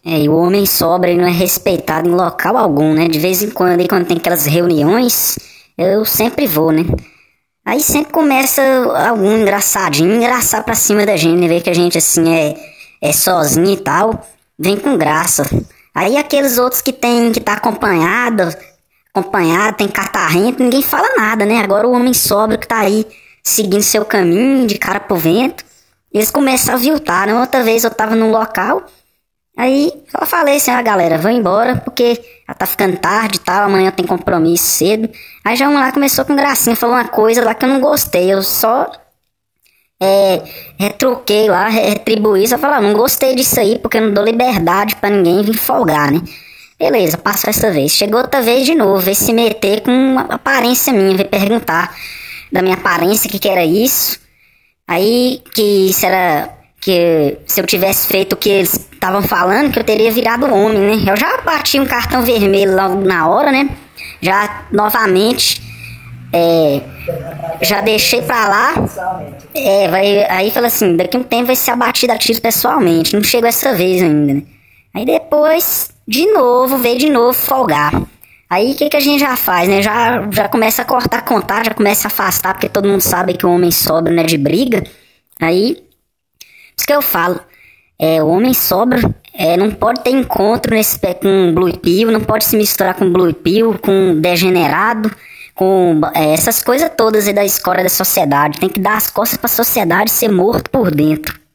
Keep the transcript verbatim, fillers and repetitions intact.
É, e o homem sobra e não é respeitado em local algum, né? De vez em quando, aí, quando tem aquelas reuniões, eu sempre vou, né? Aí sempre começa algum engraçadinho, engraçar pra cima da gente, né? Ver que a gente, assim, é, é sozinho e tal, vem com graça. Aí aqueles outros que tem, que tá acompanhado, acompanhado, tem catarrento, ninguém fala nada, né? Agora o homem sobra que tá aí, seguindo seu caminho, de cara pro vento, eles começam a aviltar, né? Outra vez eu tava num local, aí eu falei assim, ah galera, vou embora, porque já tá ficando tarde e tal, amanhã tem compromisso cedo. Aí já um lá começou com gracinha, falou uma coisa lá que eu não gostei, eu só é, retruquei lá, retribuí, só falei, ah, não gostei disso aí, porque eu não dou liberdade pra ninguém vir folgar, né? Beleza, passou essa vez. Chegou outra vez de novo, veio se meter com uma aparência minha, veio perguntar da minha aparência, o que que era isso. Aí, que isso era, que se eu tivesse feito o que eles estavam falando, que eu teria virado homem, né? Eu já bati um cartão vermelho logo na hora, né? Já, novamente, é, já deixei pra lá. É, vai, aí fala assim, daqui a um tempo vai ser abatido a tiro pessoalmente. Não chegou essa vez ainda, né? Aí depois, de novo, veio de novo folgar. Aí o que, que a gente já faz, né? Já, já começa a cortar contato, já começa a afastar, porque todo mundo sabe que o homem sobra, né? De briga. Aí, isso que eu falo. É, o homem sobra, é, não pode ter encontro nesse, com Blue Pill, não pode se misturar com Blue Pill, com degenerado, com é, essas coisas todas aí da escola da sociedade. Tem que dar as costas pra sociedade e ser morto por dentro.